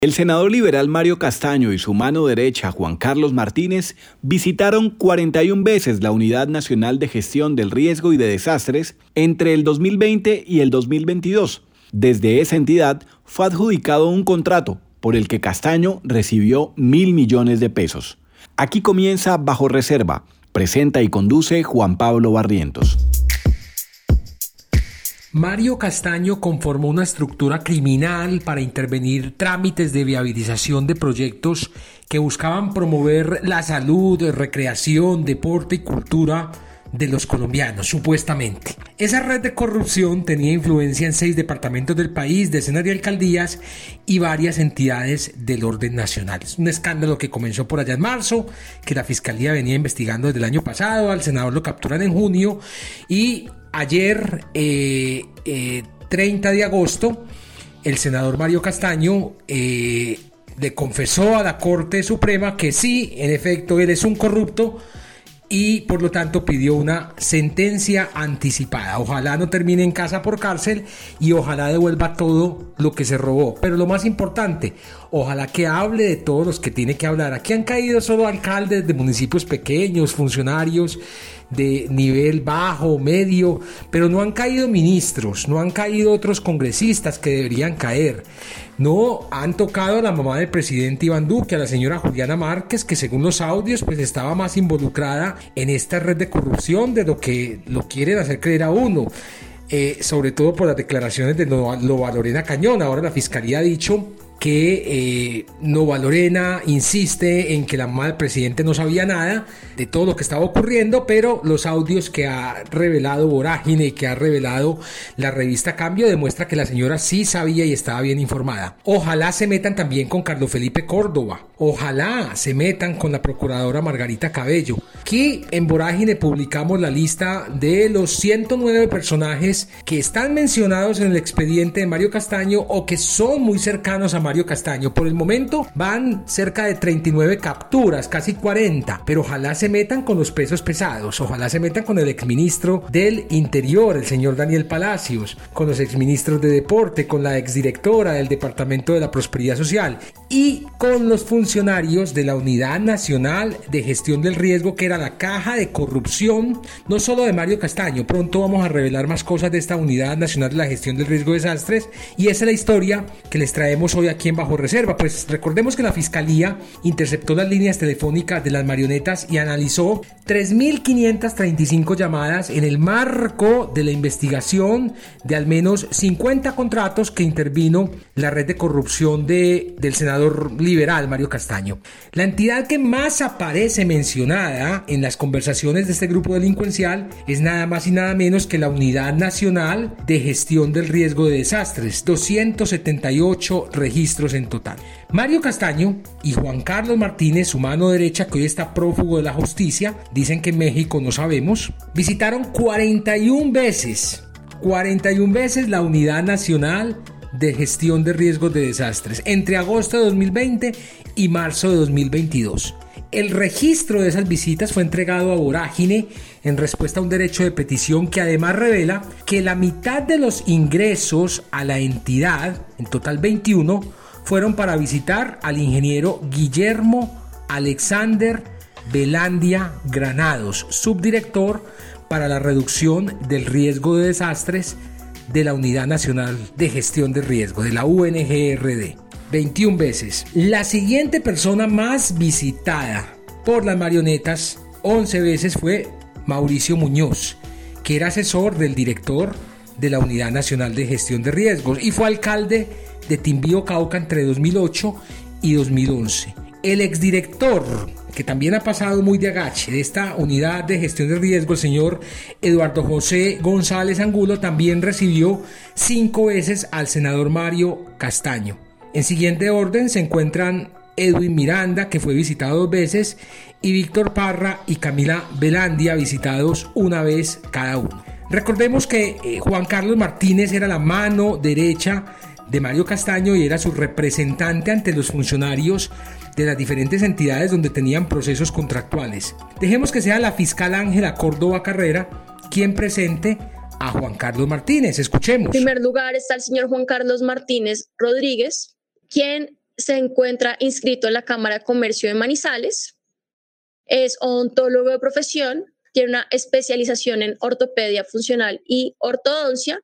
El senador liberal Mario Castaño y su mano derecha Juan Carlos Martínez visitaron 41 veces la Unidad Nacional de Gestión del Riesgo y de Desastres entre el 2020 y el 2022. Desde esa entidad fue adjudicado un contrato por el que Castaño recibió 1.000 millones de pesos. Aquí comienza Bajo Reserva. Presenta y conduce Juan Pablo Barrientos. Mario Castaño conformó una estructura criminal para intervenir trámites de viabilización de proyectos que buscaban promover la salud, recreación, deporte y cultura de los colombianos, supuestamente. Esa red de corrupción tenía influencia en 6 departamentos del país, decenas de alcaldías y varias entidades del orden nacional. Es un escándalo que comenzó por allá en marzo, que la Fiscalía venía investigando desde el año pasado, al senador lo capturan en junio y ayer, 30 de agosto, el senador Mario Castaño le confesó a la Corte Suprema que sí, en efecto, él es un corrupto y por lo tanto pidió una sentencia anticipada. Ojalá no termine en casa por cárcel y ojalá devuelva todo lo que se robó. Pero lo más importante, ojalá que hable de todos los que tiene que hablar. Aquí han caído solo alcaldes de municipios pequeños, funcionarios de nivel bajo, medio, pero no han caído ministros, no han caído otros congresistas que deberían caer. No han tocado a la mamá del presidente Iván Duque, a la señora Juliana Márquez, que según los audios pues estaba más involucrada en esta red de corrupción de lo que lo quieren hacer creer a uno. Sobre todo por las declaraciones de Nova Lorena Cañón. Ahora la Fiscalía ha dicho que Nova Lorena insiste en que la mamá del presidente no sabía nada de todo lo que estaba ocurriendo, pero los audios que ha revelado Vorágine y que ha revelado la revista Cambio demuestra que la señora sí sabía y estaba bien informada. Ojalá se metan también con Carlos Felipe Córdoba, ojalá se metan con la procuradora Margarita Cabello. Aquí en Vorágine publicamos la lista de los 109 personajes que están mencionados en el expediente de Mario Castaño o que son muy cercanos a Mario Castaño. Por el momento van cerca de 39 capturas, casi 40, pero ojalá se metan con los pesos pesados, ojalá se metan con el exministro del Interior, el señor Daniel Palacios, con los exministros de Deporte, con la exdirectora del Departamento de la Prosperidad Social y con los funcionarios de la Unidad Nacional de Gestión del Riesgo, que era la caja de corrupción, no solo de Mario Castaño. Pronto vamos a revelar más cosas de esta Unidad Nacional de la Gestión del Riesgo de Desastres y esa es la historia que les traemos hoy aquí en Bajo Reserva. Pues recordemos que la Fiscalía interceptó las líneas telefónicas de las marionetas y analizó 3.535 llamadas en el marco de la investigación de al menos 50 contratos que intervino la red de corrupción del senador liberal Mario Castaño. La entidad que más aparece mencionada en las conversaciones de este grupo delincuencial es nada más y nada menos que la Unidad Nacional de Gestión del Riesgo de Desastres, 278 registros en total. Mario Castaño y Juan Carlos Martínez, su mano derecha, que hoy está prófugo de la justicia, dicen que en México no sabemos, visitaron 41 veces la Unidad Nacional de Gestión de Riesgos de Desastres entre agosto de 2020 y marzo de 2022. El registro de esas visitas fue entregado a Vorágine en respuesta a un derecho de petición que además revela que la mitad de los ingresos a la entidad, en total 21, fueron para visitar al ingeniero Guillermo Alexander Velandia Granados, subdirector para la reducción del riesgo de desastres de la Unidad Nacional de Gestión de Riesgo, de la UNGRD. 21 veces. La siguiente persona más visitada por las marionetas 11 veces fue Mauricio Muñoz, que era asesor del director de la Unidad Nacional de Gestión de Riesgos y fue alcalde de Timbío, Cauca entre 2008 y 2011. El exdirector, que también ha pasado muy de agache, de esta Unidad de Gestión de Riesgo, el señor Eduardo José González Angulo, también recibió 5 veces al senador Mario Castaño. En siguiente orden se encuentran Edwin Miranda, que fue visitado 2 veces, y Víctor Parra y Camila Velandia, visitados 1 vez cada uno. Recordemos que Juan Carlos Martínez era la mano derecha de Mario Castaño y era su representante ante los funcionarios de las diferentes entidades donde tenían procesos contractuales. Dejemos que sea la fiscal Ángela Córdoba Carrera quien presente a Juan Carlos Martínez. Escuchemos. En primer lugar está el señor Juan Carlos Martínez Rodríguez, quien se encuentra inscrito en la Cámara de Comercio de Manizales, es odontólogo de profesión, tiene una especialización en ortopedia funcional y ortodoncia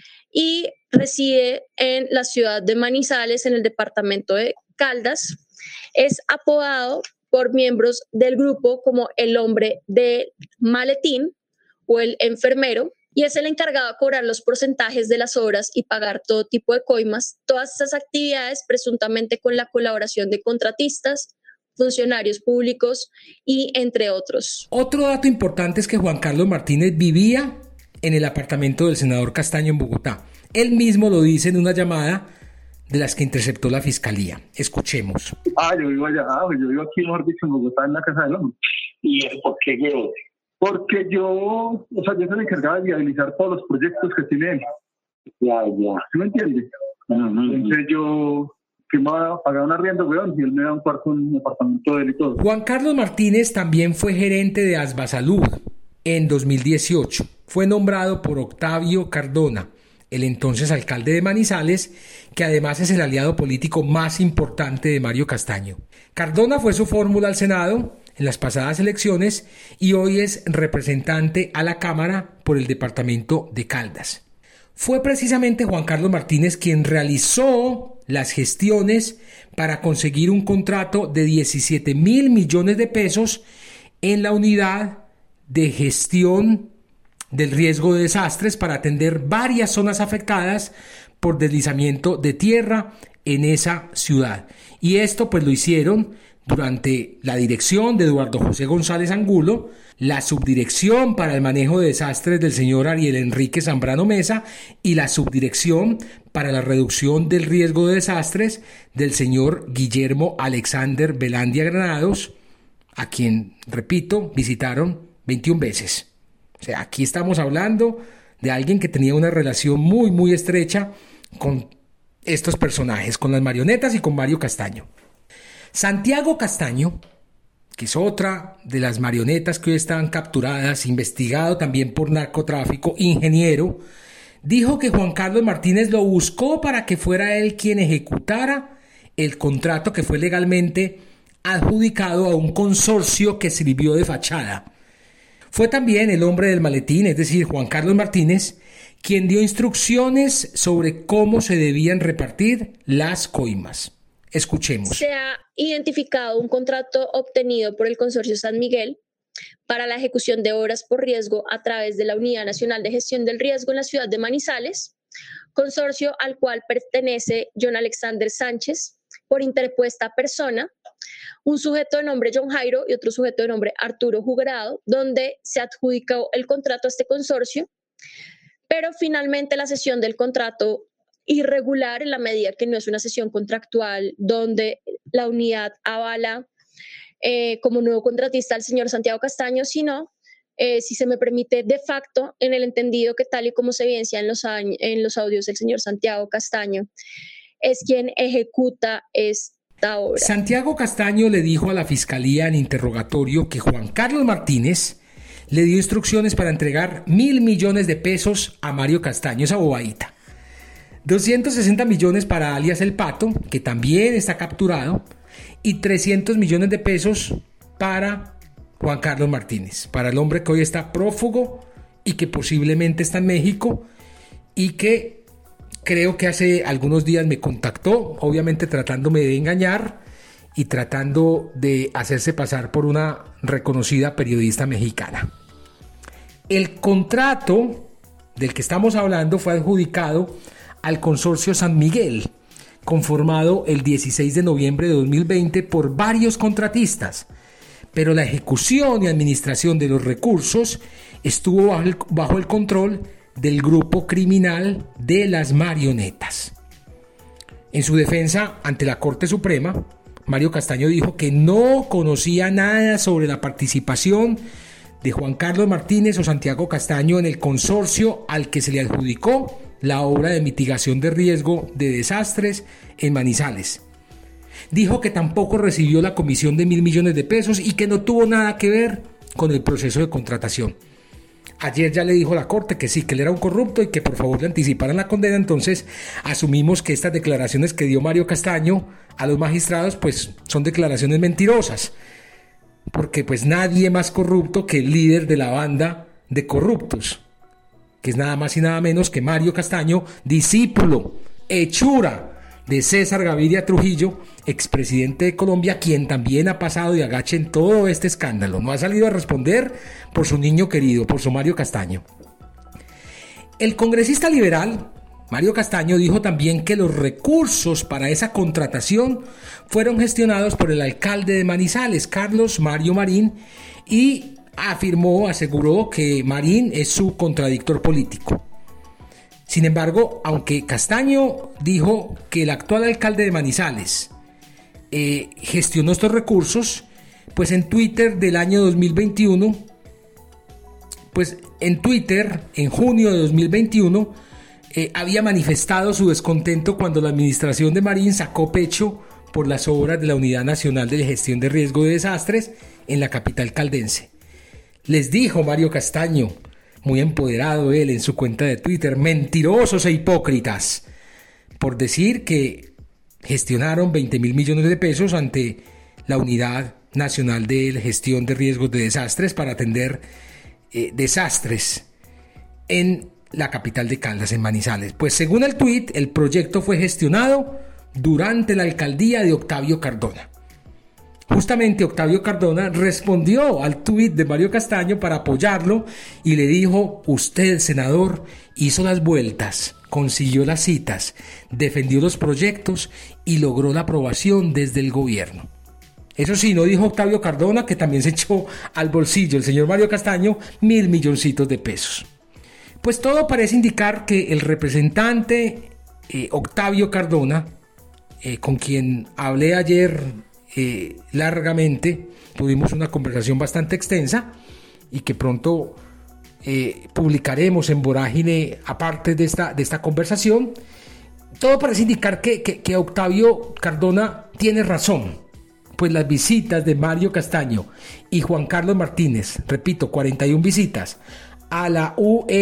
y reside en la ciudad de Manizales, en el departamento de Caldas. Es apodado por miembros del grupo como el hombre del maletín o el enfermero, y es el encargado de cobrar los porcentajes de las obras y pagar todo tipo de coimas. Todas estas actividades presuntamente con la colaboración de contratistas, funcionarios públicos y entre otros. Otro dato importante es que Juan Carlos Martínez vivía en el apartamento del senador Castaño en Bogotá. Él mismo lo dice en una llamada de las que interceptó la fiscalía. Escuchemos. Yo vivo allá, yo vivo aquí, mejor dicho, en Bogotá, en la Casa del Hombre. ¿Y es por qué llegó? Porque yo soy el encargado de viabilizar todos los proyectos que tiene él. Ya. ¿Sí me entiendes? Entonces yo me va a pagar un arriendo, weón, y él me da un cuarto en un apartamento de él y todo. Juan Carlos Martínez también fue gerente de Asbasalud en 2018. Fue nombrado por Octavio Cardona, el entonces alcalde de Manizales, que además es el aliado político más importante de Mario Castaño. Cardona fue su fórmula al Senado en las pasadas elecciones y hoy es representante a la Cámara por el departamento de Caldas. Fue precisamente Juan Carlos Martínez quien realizó las gestiones para conseguir un contrato de 17.000 millones de pesos en la unidad de gestión del riesgo de desastres para atender varias zonas afectadas por deslizamiento de tierra en esa ciudad. Y esto pues lo hicieron durante la dirección de Eduardo José González Angulo, la subdirección para el manejo de desastres del señor Ariel Enrique Zambrano Mesa y la subdirección para la reducción del riesgo de desastres del señor Guillermo Alexander Velandia Granados, a quien, repito, visitaron 21 veces. O sea, aquí estamos hablando de alguien que tenía una relación muy, muy estrecha con estos personajes, con las marionetas y con Mario Castaño. Santiago Castaño, que es otra de las marionetas que hoy están capturadas, investigado también por narcotráfico, ingeniero, dijo que Juan Carlos Martínez lo buscó para que fuera él quien ejecutara el contrato que fue legalmente adjudicado a un consorcio que sirvió de fachada. Fue también el hombre del maletín, es decir, Juan Carlos Martínez, quien dio instrucciones sobre cómo se debían repartir las coimas. Escuchemos. Se ha identificado un contrato obtenido por el Consorcio San Miguel para la ejecución de obras por riesgo a través de la Unidad Nacional de Gestión del Riesgo en la ciudad de Manizales, consorcio al cual pertenece John Alexander Sánchez por interpuesta persona, un sujeto de nombre John Jairo y otro sujeto de nombre Arturo Jugrado, donde se adjudicó el contrato a este consorcio, pero finalmente la cesión del contrato irregular en la medida que no es una cesión contractual donde la unidad avala como nuevo contratista al señor Santiago Castaño, sino, si se me permite, de facto, en el entendido que tal y como se evidencia en los audios del señor Santiago Castaño, es quien ejecuta esta obra. Santiago Castaño le dijo a la Fiscalía en interrogatorio que Juan Carlos Martínez le dio instrucciones para entregar 1.000 millones de pesos a Mario Castaño, esa bobadita. 260 millones para alias El Pato, que también está capturado, y 300 millones de pesos para Juan Carlos Martínez, para el hombre que hoy está prófugo y que posiblemente está en México y que creo que hace algunos días me contactó, obviamente tratándome de engañar y tratando de hacerse pasar por una reconocida periodista mexicana. El contrato del que estamos hablando fue adjudicado al Consorcio San Miguel, conformado el 16 de noviembre de 2020 por varios contratistas, pero la ejecución y administración de los recursos estuvo bajo el control del grupo criminal de las marionetas. En su defensa ante la Corte Suprema, Mario Castaño dijo que no conocía nada sobre la participación de Juan Carlos Martínez o Santiago Castaño en el consorcio al que se le adjudicó la obra de mitigación de riesgo de desastres en Manizales. Dijo que tampoco recibió la comisión de 1.000 millones de pesos y que no tuvo nada que ver con el proceso de contratación. Ayer ya le dijo a la Corte que sí, que él era un corrupto y que por favor le anticiparan la condena. Entonces asumimos que estas declaraciones que dio Mario Castaño a los magistrados pues son declaraciones mentirosas, porque pues nadie más corrupto que el líder de la banda de corruptos, que es nada más y nada menos que Mario Castaño, discípulo, hechura de César Gaviria Trujillo, expresidente de Colombia, quien también ha pasado de agache en todo este escándalo. No ha salido a responder por su niño querido, por su Mario Castaño. El congresista liberal Mario Castaño dijo también que los recursos para esa contratación fueron gestionados por el alcalde de Manizales, Carlos Mario Marín, y aseguró que Marín es su contradictor político. Sin embargo, aunque Castaño dijo que el actual alcalde de Manizales gestionó estos recursos, pues en Twitter del año 2021, en junio de 2021, había manifestado su descontento cuando la administración de Marín sacó pecho por las obras de la Unidad Nacional de Gestión de Riesgo de Desastres en la capital caldense. Les dijo Mario Castaño, muy empoderado él en su cuenta de Twitter, mentirosos e hipócritas, por decir que gestionaron 20.000 millones de pesos ante la Unidad Nacional de Gestión de Riesgos de Desastres para atender desastres en la capital de Caldas, en Manizales. Pues según el tuit, el proyecto fue gestionado durante la alcaldía de Octavio Cardona. Justamente Octavio Cardona respondió al tuit de Mario Castaño para apoyarlo y le dijo: usted, senador, hizo las vueltas, consiguió las citas, defendió los proyectos y logró la aprobación desde el gobierno. Eso sí, no dijo Octavio Cardona que también se echó al bolsillo el señor Mario Castaño 1.000 milloncitos de pesos. Pues todo parece indicar que el representante Octavio Cardona, con quien hablé ayer largamente, tuvimos una conversación bastante extensa y que pronto publicaremos en Vorágine aparte de esta conversación. Todo parece indicar que Octavio Cardona tiene razón, pues las visitas de Mario Castaño y Juan Carlos Martínez, repito, 41 visitas a la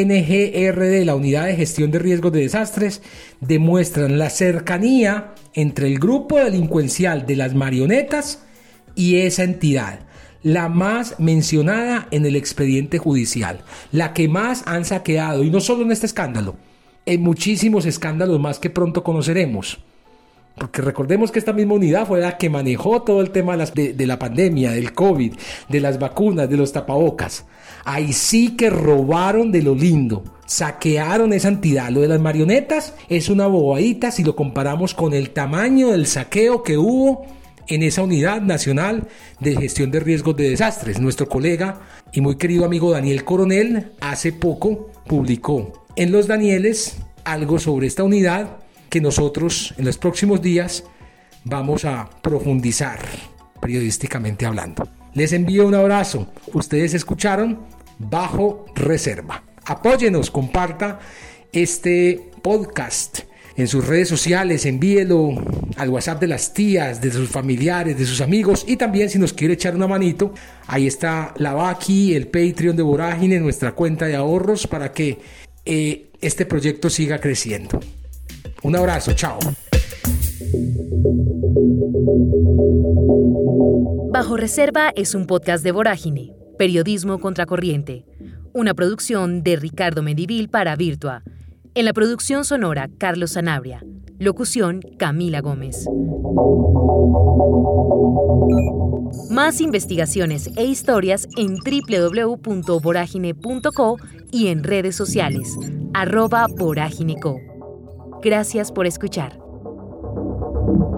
UNGRD, la Unidad de Gestión de Riesgos de Desastres, demuestran la cercanía entre el grupo delincuencial de las marionetas y esa entidad, la más mencionada en el expediente judicial, la que más han saqueado, y no solo en este escándalo, en muchísimos escándalos más que pronto conoceremos. Porque recordemos que esta misma unidad fue la que manejó todo el tema de la pandemia, del COVID, de las vacunas, de los tapabocas. Ahí sí que robaron de lo lindo, saquearon esa entidad. Lo de las marionetas es una bobadita si lo comparamos con el tamaño del saqueo que hubo en esa Unidad Nacional de Gestión de Riesgos de Desastres. Nuestro colega y muy querido amigo Daniel Coronel hace poco publicó en Los Danieles algo sobre esta unidad que nosotros en los próximos días vamos a profundizar periodísticamente hablando. Les envío un abrazo. Ustedes escucharon Bajo Reserva. Apóyenos, comparta este podcast en sus redes sociales, envíelo al WhatsApp de las tías, de sus familiares, de sus amigos, y también si nos quiere echar una manito, ahí está la Baki, el Patreon de Vorágine, nuestra cuenta de ahorros para que este proyecto siga creciendo. Un abrazo, chao. Bajo Reserva es un podcast de Vorágine, periodismo contracorriente, una producción de Ricardo Medivil para Virtua. En la producción sonora, Carlos Sanabria. Locución, Camila Gómez. Más investigaciones e historias en www.voragine.co y en redes sociales, @voragineco. Gracias por escuchar.